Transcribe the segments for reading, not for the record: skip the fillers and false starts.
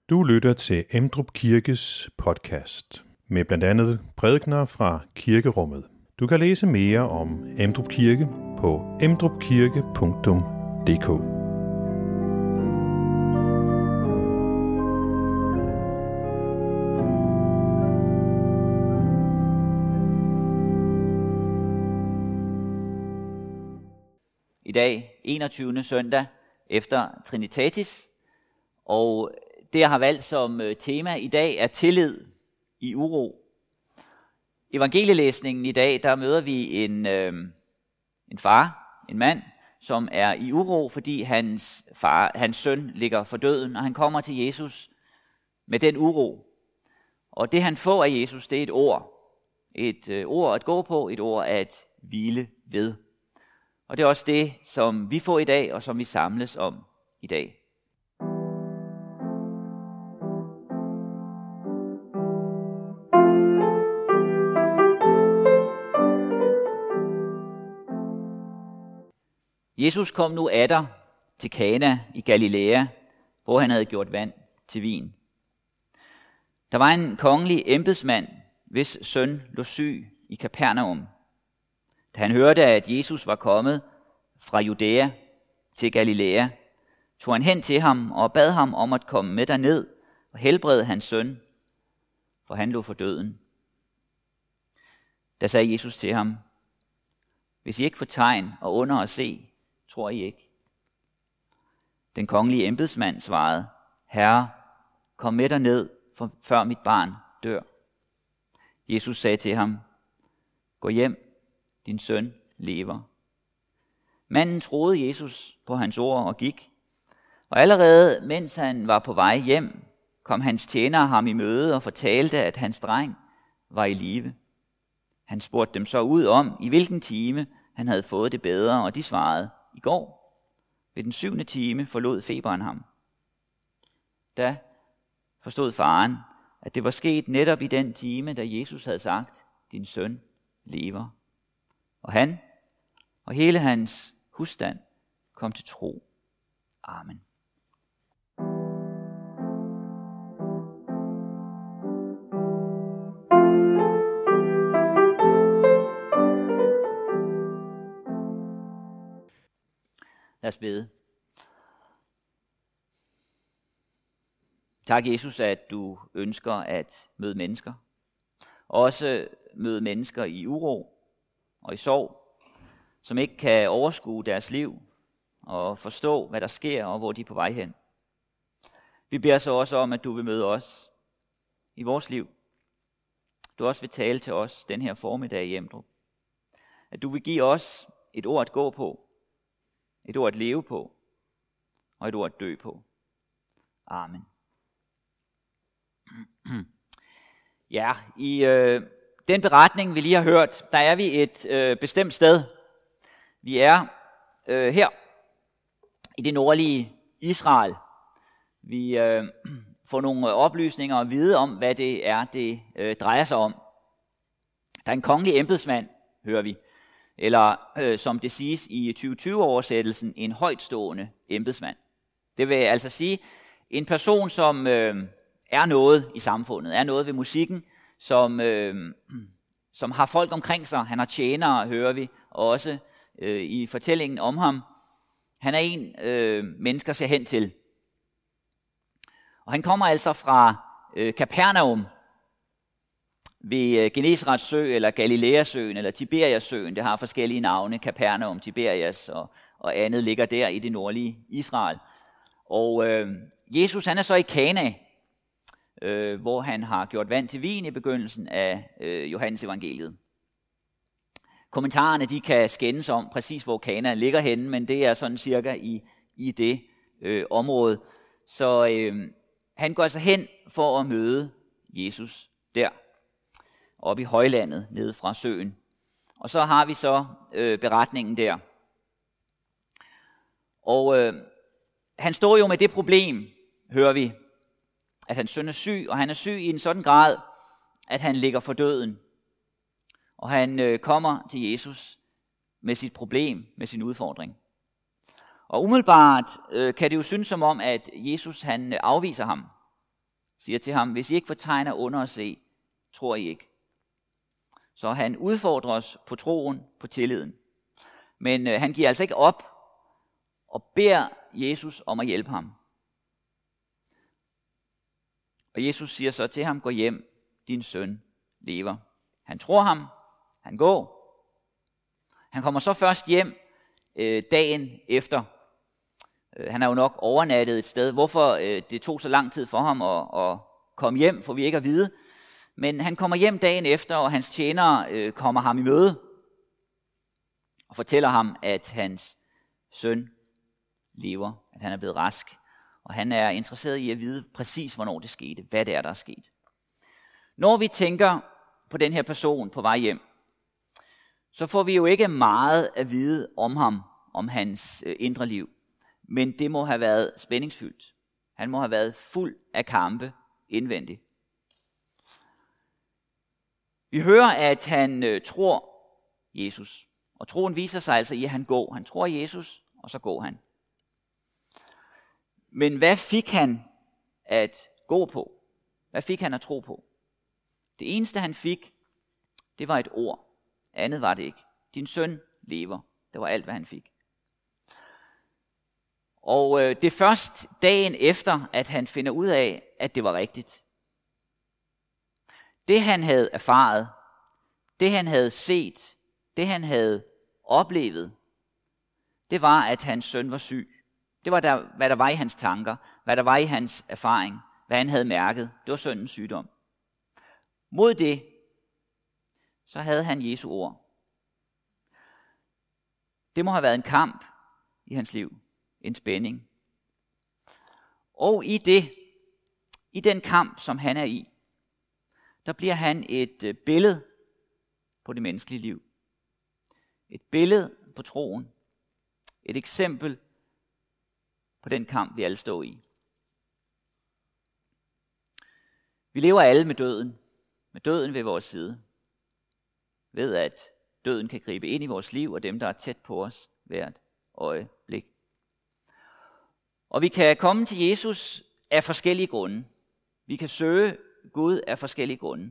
Du lytter til Emdrup Kirkes podcast med blandt andet prædikener fra kirkerummet. Du kan læse mere om Emdrup Kirke på emdrupkirke.dk. I dag, 21. søndag efter Trinitatis, og det jeg har valgt som tema i dag er tillid i uro. Evangelielæsningen i dag, der møder vi en far, en mand, som er i uro, fordi hans søn ligger for døden, og han kommer til Jesus med den uro. Og det han får af Jesus, det er et ord. Et ord at gå på, et ord at hvile ved. Og det er også det, som vi får i dag, og som vi samles om i dag. Jesus kom nu atter til Kana i Galilea, hvor han havde gjort vand til vin. Der var en kongelig embedsmand, hvis søn lå syg i Kapernaum. Da han hørte, at Jesus var kommet fra Judæa til Galilea, tog han hen til ham og bad ham om at komme med derned og helbrede hans søn, for han lå for døden. Da sagde Jesus til ham: "Hvis I ikke får tegn og under at se, tror I ikke?" Den kongelige embedsmand svarede: "Herre, kom med derned, før mit barn dør." Jesus sagde til ham: "Gå hjem, din søn lever." Manden troede Jesus på hans ord og gik. Og allerede mens han var på vej hjem, kom hans tjenere ham i møde og fortalte, at hans dreng var i live. Han spurgte dem så ud om, i hvilken time han havde fået det bedre, og de svarede: "I går. Ved den 7. time forlod feberen ham." Da forstod faren, at det var sket netop i den time, da Jesus havde sagt: "Din søn lever." Og han og hele hans husstand kom til tro. Amen. Lad os bede. Tak, Jesus, at du ønsker at møde mennesker. Også møde mennesker i uro og i sorg, som ikke kan overskue deres liv og forstå, hvad der sker og hvor de er på vej hen. Vi beder så også om, at du vil møde os i vores liv. Du også vil tale til os den her formiddag i Emdrup. At du vil give os et ord at gå på, et ord at leve på, og et ord at dø på. Amen. Ja, i den beretning, vi lige har hørt, der er vi et bestemt sted. Vi er her i det nordlige Israel. Vi får nogle oplysninger og vide om, hvad det er, det drejer sig om. Der er en kongelig embedsmand, hører vi. Eller som det siges i 2020-oversættelsen, en højtstående embedsmand. Det vil altså sige en person, som er noget i samfundet, er noget ved musikken, som har folk omkring sig. Han har tjenere, hører vi, og også i fortællingen om ham. Han er en mennesker ser hen til. Og han kommer altså fra Kapernaum ved Genesarets sø, eller Galileasøen, eller Tiberiasøen. Det har forskellige navne, Kapernaum, Tiberias og andet ligger der i det nordlige Israel. Og Jesus, han er så i Kana, hvor han har gjort vand til vin i begyndelsen af Johannes evangeliet. Kommentarerne, de kan skændes om præcis, hvor Kana ligger henne, men det er sådan cirka i det område. Så han går altså hen for at møde Jesus der, oppe i højlandet, nede fra søen. Og så har vi så beretningen der. Og han står jo med det problem, hører vi, at hans søn er syg, og han er syg i en sådan grad, at han ligger for døden. Og han kommer til Jesus med sit problem, med sin udfordring. Og umiddelbart kan det jo synes som om, at Jesus han afviser ham. siger til ham, hvis I ikke får tegn og under at se, tror I ikke. Så han udfordrer os på troen, på tilliden. Men han giver altså ikke op og beder Jesus om at hjælpe ham. Og Jesus siger så til ham, gå hjem, din søn lever. Han tror ham, han går. Han kommer så først hjem dagen efter. Han har jo nok overnattet et sted. Hvorfor det tog så lang tid for ham at komme hjem, får vi ikke at vide. Men han kommer hjem dagen efter, og hans tjenere kommer ham i møde og fortæller ham, at hans søn lever, at han er blevet rask. Og han er interesseret i at vide præcis, hvornår det skete, hvad det er, der er sket. Når vi tænker på den her person på vej hjem, så får vi jo ikke meget at vide om ham, om hans indre liv. Men det må have været spændingsfyldt. Han må have været fuld af kampe indvendigt. Vi hører, at han tror Jesus. Og troen viser sig altså i, at han går. Han tror Jesus, og så går han. Men hvad fik han at gå på? Hvad fik han at tro på? Det eneste han fik, det var et ord. Andet var det ikke. Din søn lever. Det var alt, hvad han fik. Og det er først dagen efter, at han finder ud af, at det var rigtigt. Det han havde erfaret, det han havde set, det han havde oplevet, det var, at hans søn var syg. Det var, hvad der var i hans tanker, hvad der var i hans erfaring, hvad han havde mærket. Det var sønnens sygdom. Mod det, så havde han Jesu ord. Det må have været en kamp i hans liv, en spænding. Og i den kamp, som han er i, der bliver han et billede på det menneskelige liv. Et billede på troen. Et eksempel på den kamp, vi alle står i. Vi lever alle med døden ved vores side. Ved at døden kan gribe ind i vores liv, og dem, der er tæt på os hvert øjeblik. Og vi kan komme til Jesus af forskellige grunde. Vi kan søge Gud af forskellige grunde.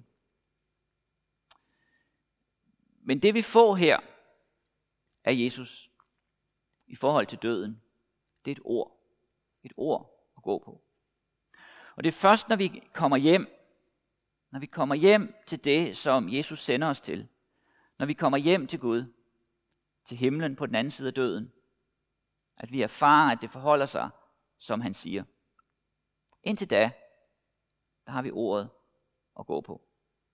Men det vi får her af Jesus i forhold til døden, det er et ord. Et ord at gå på. Og det er først, når vi kommer hjem til det, som Jesus sender os til, når vi kommer hjem til Gud, til himlen på den anden side af døden, at vi erfarer, at det forholder sig, som han siger. Indtil da, der har vi ordet at gå på.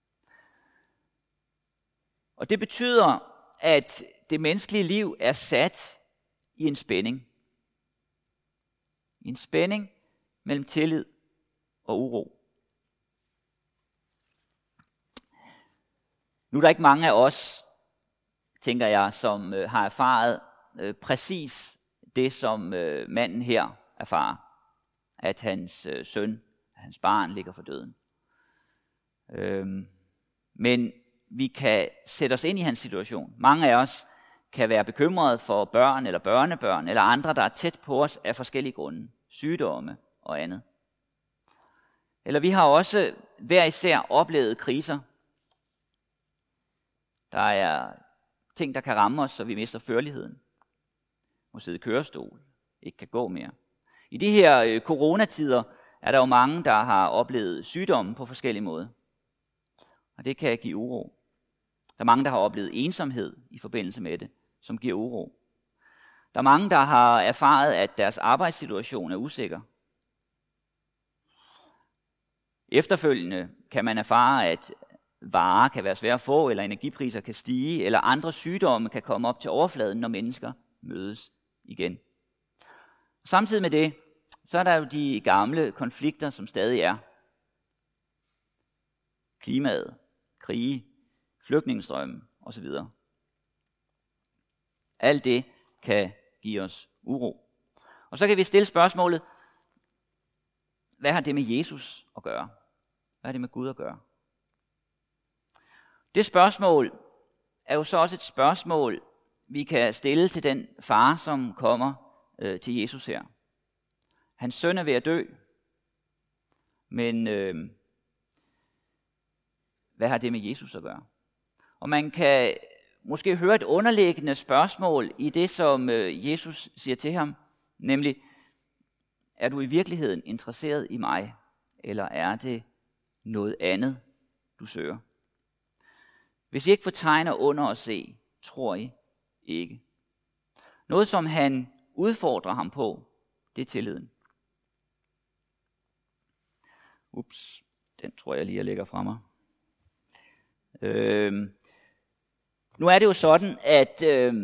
Og det betyder, at det menneskelige liv er sat i en spænding. I en spænding mellem tillid og uro. Nu er der ikke mange af os, tænker jeg, som har erfaret præcis det, som manden her erfarer. At hans søn, hans barn ligger for døden. Men vi kan sætte os ind i hans situation. Mange af os kan være bekymrede for børn eller børnebørn eller andre, der er tæt på os af forskellige grunde. Sygdomme og andet. Eller vi har også hver især oplevet kriser. Der er ting, der kan ramme os, så vi mister førligheden. Må sidde i kørestol, ikke kan gå mere. I de her coronatider er der jo mange, der har oplevet sygdomme på forskellige måder. Og det kan give uro. Der er mange, der har oplevet ensomhed i forbindelse med det, som giver uro. Der er mange, der har erfaret, at deres arbejdssituation er usikker. Efterfølgende kan man erfare, at varer kan være svære at få, eller energipriser kan stige, eller andre sygdomme kan komme op til overfladen, når mennesker mødes igen. Samtidig med det, så er der jo de gamle konflikter, som stadig er. Klimaet, krige, flygtningestrømme osv. Alt det kan give os uro. Og så kan vi stille spørgsmålet, hvad har det med Jesus at gøre? Hvad har det med Gud at gøre? Det spørgsmål er jo så også et spørgsmål, vi kan stille til den far, som kommer til Jesus her. Hans søn er ved at dø. Men hvad har det med Jesus at gøre? Og man kan måske høre et underliggende spørgsmål i det, som Jesus siger til ham, nemlig, er du i virkeligheden interesseret i mig, eller er det noget andet, du søger? Hvis I ikke får tegner under at se, tror I ikke. Noget, som han udfordrer ham på, det er tilliden. Den tror jeg lige, jeg lægger fra mig. Nu er det jo sådan, at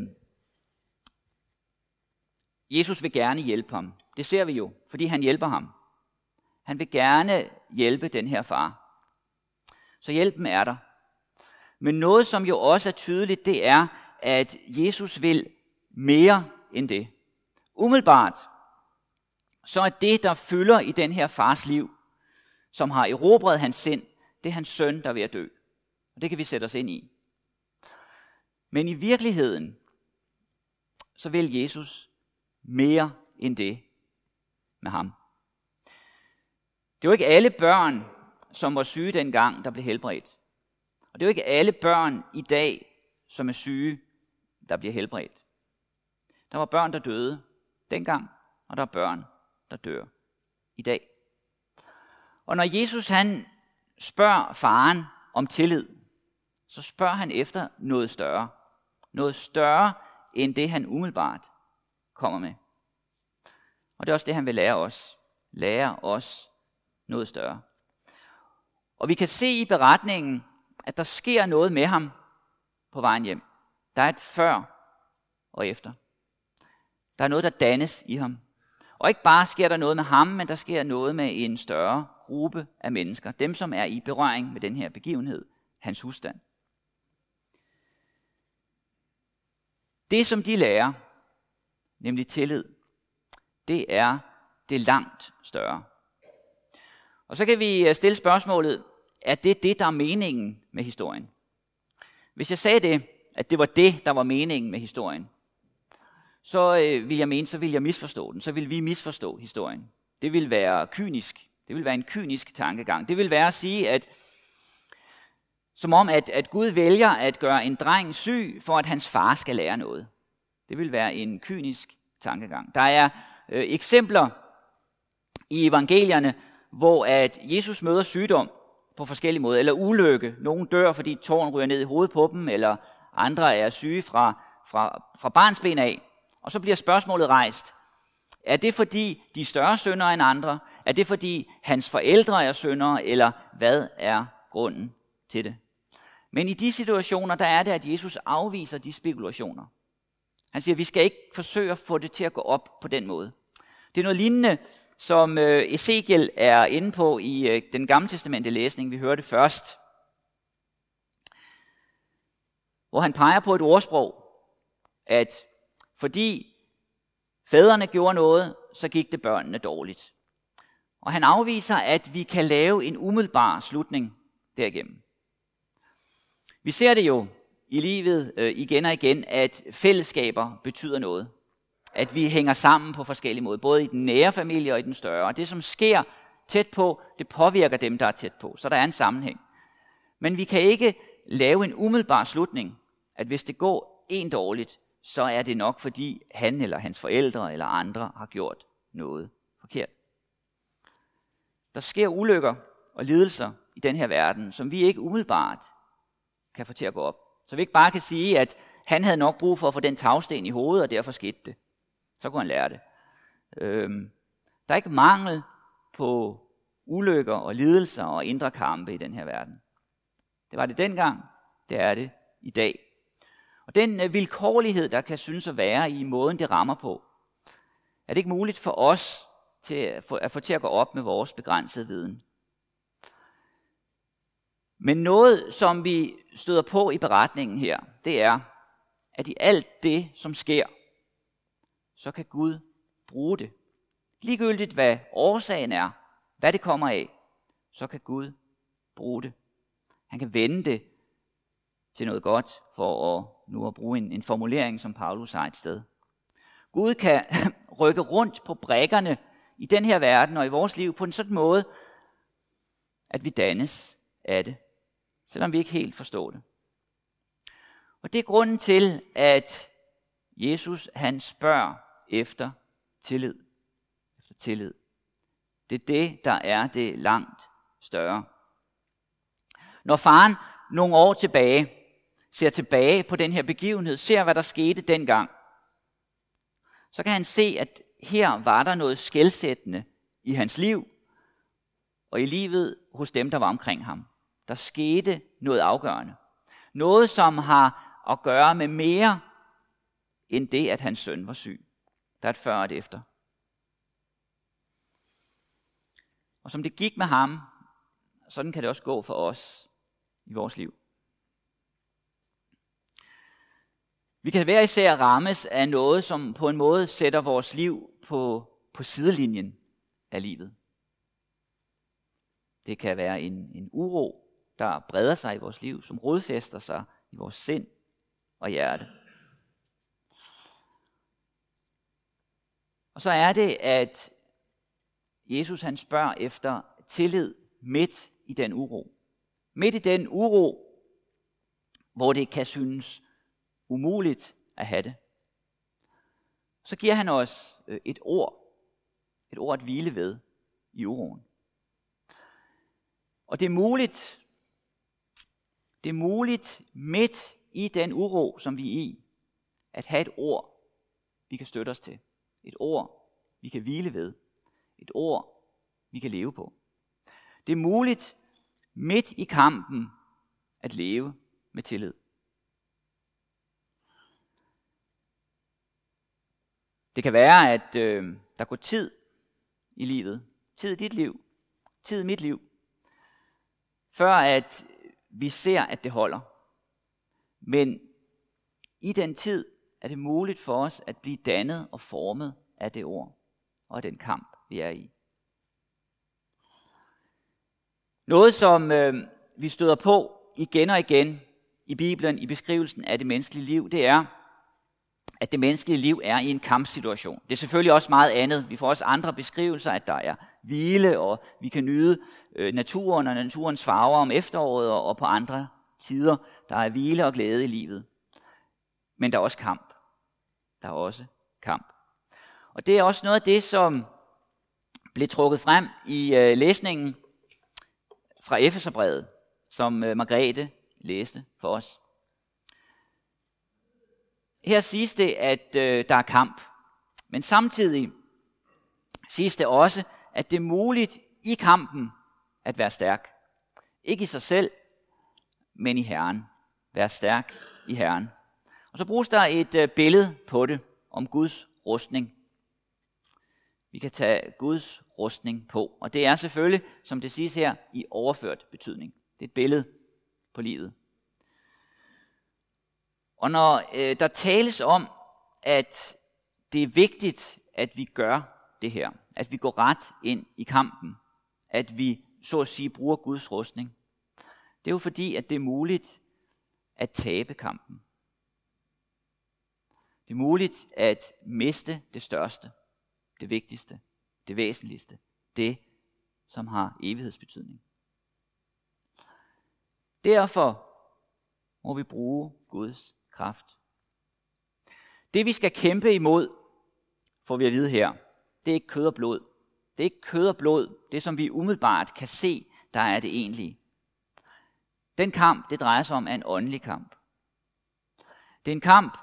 Jesus vil gerne hjælpe ham. Det ser vi jo, fordi han hjælper ham. Han vil gerne hjælpe den her far. Så hjælpen er der. Men noget, som jo også er tydeligt, det er, at Jesus vil mere end det. Umiddelbart, så er det, der fylder i den her fars liv, som har erobret hans sind, det er hans søn, der er ved at dø. Og det kan vi sætte os ind i. Men i virkeligheden, så vil Jesus mere end det med ham. Det er jo ikke alle børn, som var syge dengang, der blev helbredt. Og det er jo ikke alle børn i dag, som er syge, der bliver helbredt. Der var børn, der døde dengang, og der er børn, der dør i dag. Og når Jesus han spørger faren om tillid, så spørger han efter noget større. Noget større end det, han umiddelbart kommer med. Og det er også det, han vil lære os. Lære os noget større. Og vi kan se i beretningen, at der sker noget med ham på vejen hjem. Der er et før og efter. Der er noget, der dannes i ham. Og ikke bare sker der noget med ham, men der sker noget med en større gruppe af mennesker. Dem, som er i berøring med den her begivenhed. Hans husstand. Det, som de lærer, nemlig tillid, det er det langt større. Og så kan vi stille spørgsmålet, er det det, der er meningen med historien? Hvis jeg sagde det, at det var det, der var meningen med historien, så vil jeg mene, så vil jeg misforstå den. Så vil vi misforstå historien. Det vil være kynisk. Det vil være en kynisk tankegang. Det vil være at sige, at som om, at Gud vælger at gøre en dreng syg, for at hans far skal lære noget. Det vil være en kynisk tankegang. Der er eksempler i evangelierne, hvor at Jesus møder sygdom på forskellige måder, eller ulykke. Nogle dør, fordi tårn ryger ned i hovedet på dem, eller andre er syge fra barnsben af. Og så bliver spørgsmålet rejst. Er det fordi de er større syndere end andre? Er det fordi hans forældre er syndere? Eller hvad er grunden til det? Men i de situationer, der er det, at Jesus afviser de spekulationer. Han siger, at vi skal ikke forsøge at få det til at gå op på den måde. Det er noget lignende, som Ezekiel er inde på i den gamle testamente læsning, vi hørte først. Hvor han peger på et ordsprog, at fordi fædrene gjorde noget, så gik det børnene dårligt. Og han afviser, at vi kan lave en umiddelbar slutning derigennem. Vi ser det jo i livet igen og igen, at fællesskaber betyder noget. At vi hænger sammen på forskellige måder, både i den nære familie og i den større. Og det, som sker tæt på, det påvirker dem, der er tæt på. Så der er en sammenhæng. Men vi kan ikke lave en umiddelbar slutning, at hvis det går en dårligt, så er det nok, fordi han eller hans forældre eller andre har gjort noget forkert. Der sker ulykker og lidelser i den her verden, som vi ikke umiddelbart kan få til at gå op. Så vi ikke bare kan sige, at han havde nok brug for at få den tagsten i hovedet, og derfor skete det. Så kunne han lære det. Der er ikke mangel på ulykker og lidelser og indre kampe i den her verden. Det var det dengang, det er det i dag. Og den vilkårlighed, der kan synes at være i måden, det rammer på, er det ikke muligt for os at få til at gå op med vores begrænsede viden. Men noget, som vi støder på i beretningen her, det er, at i alt det, som sker, så kan Gud bruge det. Ligegyldigt hvad årsagen er, hvad det kommer af, så kan Gud bruge det. Han kan vende det til noget godt, for at bruge en formulering, som Paulus har et sted. Gud kan rykke rundt på brikkerne i den her verden og i vores liv på en sådan måde, at vi dannes af det, selvom vi ikke helt forstår det. Og det er grunden til, at Jesus han spørger efter tillid. Efter tillid. Det er det, der er det langt større. Når faren nogle år tilbage ser tilbage på den her begivenhed, ser hvad der skete dengang, så kan han se, at her var der noget skelsættende i hans liv, og i livet hos dem, der var omkring ham. Der skete noget afgørende. Noget, som har at gøre med mere end det, at hans søn var syg. Der er et før og et efter. Og som det gik med ham, sådan kan det også gå for os i vores liv. Vi kan hver især rammes af noget, som på en måde sætter vores liv på sidelinjen af livet. Det kan være en uro, der breder sig i vores liv, som rodfæster sig i vores sind og hjerte. Og så er det, at Jesus han spørger efter tillid midt i den uro. Midt i den uro, hvor det kan synes umuligt at have det. Så giver han os et ord at hvile ved i uroen. Og det er muligt midt i den uro, som vi er i, at have et ord, vi kan støtte os til. Et ord, vi kan hvile ved. Et ord, vi kan leve på. Det er muligt midt i kampen at leve med tillid. Det kan være, at der går tid i livet. Tid i dit liv. Tid i mit liv. Før at vi ser, at det holder. Men i den tid er det muligt for os at blive dannet og formet af det ord og den kamp, vi er i. Noget, som vi støder på igen og igen i Bibelen, i beskrivelsen af det menneskelige liv, det er, at det menneskelige liv er i en kampsituation. Det er selvfølgelig også meget andet. Vi får også andre beskrivelser, at der er hvile, og vi kan nyde naturen og naturens farver om efteråret og på andre tider. Der er hvile og glæde i livet. Men der er også kamp. Der er også kamp. Og det er også noget af det, som blev trukket frem i læsningen fra Efeserbrevet, som Margrethe læste for os. Her siges det, at der er kamp, men samtidig siges det også, at det er muligt i kampen at være stærk. Ikke i sig selv, men i Herren. Være stærk i Herren. Og så bruges der et billede på det om Guds rustning. Vi kan tage Guds rustning på, og det er selvfølgelig, som det siges her, i overført betydning. Det er et billede på livet. Og når der tales om, at det er vigtigt, at vi gør det her, at vi går ret ind i kampen, at vi så at sige bruger Guds rustning, det er jo fordi, at det er muligt at tabe kampen. Det er muligt at miste det største, det vigtigste, det væsentligste, det som har evighedsbetydning. Derfor må vi bruge Guds kraft. Det vi skal kæmpe imod, får vi at vide her, det er ikke kød og blod. Det er ikke kød og blod, det som vi umiddelbart kan se, der er det egentlige. Den kamp, det drejer sig om, er en åndelig kamp. Det er en kamp,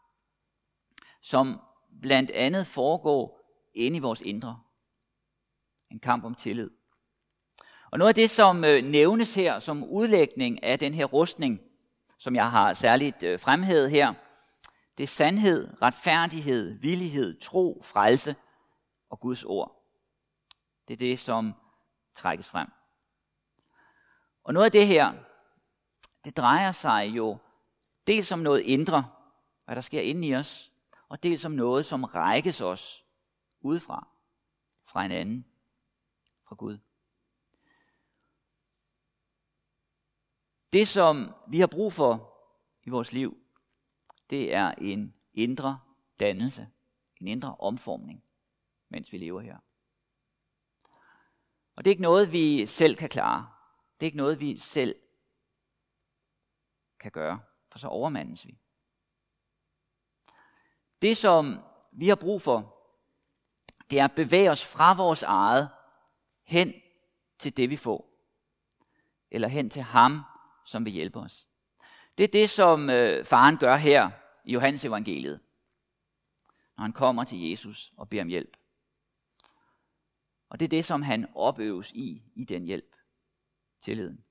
som blandt andet foregår inde i vores indre. En kamp om tillid. Og noget af det, som nævnes her som udlægning af den her rustning, som jeg har særligt fremhævet her, det er sandhed, retfærdighed, villighed, tro, frelse og Guds ord. Det er det, som trækkes frem. Og noget af det her, det drejer sig jo dels om noget indre, hvad der sker inde i os, og dels om noget, som rækkes os udefra, fra en anden, fra Gud. Det, som vi har brug for i vores liv, det er en indre dannelse, en indre omformning, mens vi lever her. Og det er ikke noget, vi selv kan klare. Det er ikke noget, vi selv kan gøre, for så overmandes vi. Det, som vi har brug for, det er at bevæge os fra vores eget hen til det, vi får. Eller hen til ham, som vil hjælpe os. Det er det, som faren gør her i Johannes evangeliet, når han kommer til Jesus og beder om hjælp. Og det er det, som han opøves i den hjælp. Tilliden.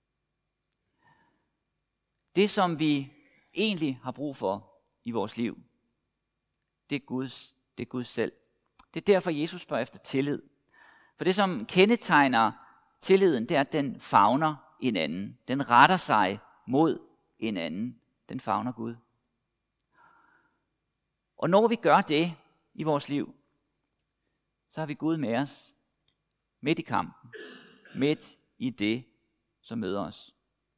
Det, som vi egentlig har brug for i vores liv, det er Guds selv. Det er derfor, Jesus spørger efter tillid. For det, som kendetegner tilliden, det er, at den favner en anden. Den retter sig mod en anden. Den favner Gud. Og når vi gør det i vores liv, så har vi Gud med os. Midt i kampen. Midt i det, som møder os.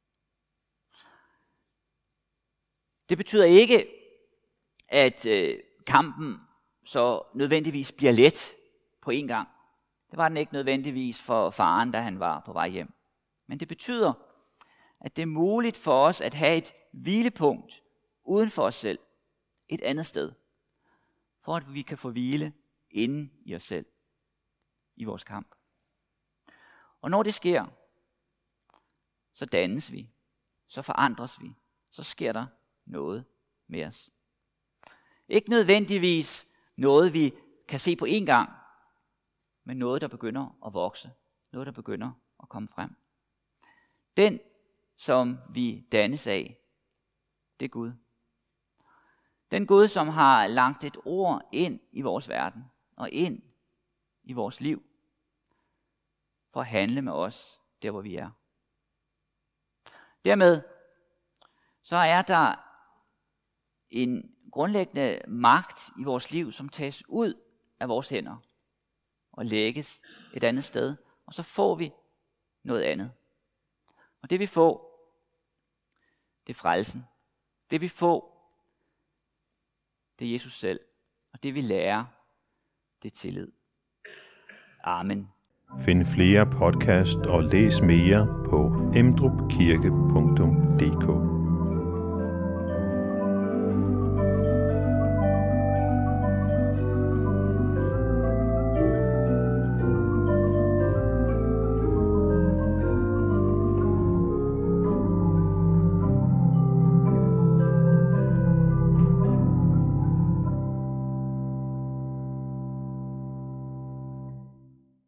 Det betyder ikke, at kampen så nødvendigvis bliver let på en gang. Det var den ikke nødvendigvis for faren, da han var på vej hjem. Men det betyder, at det er muligt for os at have et hvilepunkt uden for os selv. Et andet sted. For at vi kan få hvile inde i os selv. I vores kamp. Og når det sker, så dannes vi. Så forandres vi. Så sker der noget med os. Ikke nødvendigvis noget, vi kan se på én gang, men noget, der begynder at vokse. Noget, der begynder at komme frem. Den, som vi dannes af, det er Gud. Den Gud, som har lagt et ord ind i vores verden og ind i vores liv, for at handle med os, der hvor vi er. Dermed, så er der en grundlæggende magt i vores liv, som tages ud af vores hænder og lægges et andet sted, og så får vi noget andet. Og det vi får, det er frelsen. Det vi får, det er Jesus selv. Og det vi lærer, det er tillid. Amen. Find flere podcast og læs mere på emdrupkirke.dk.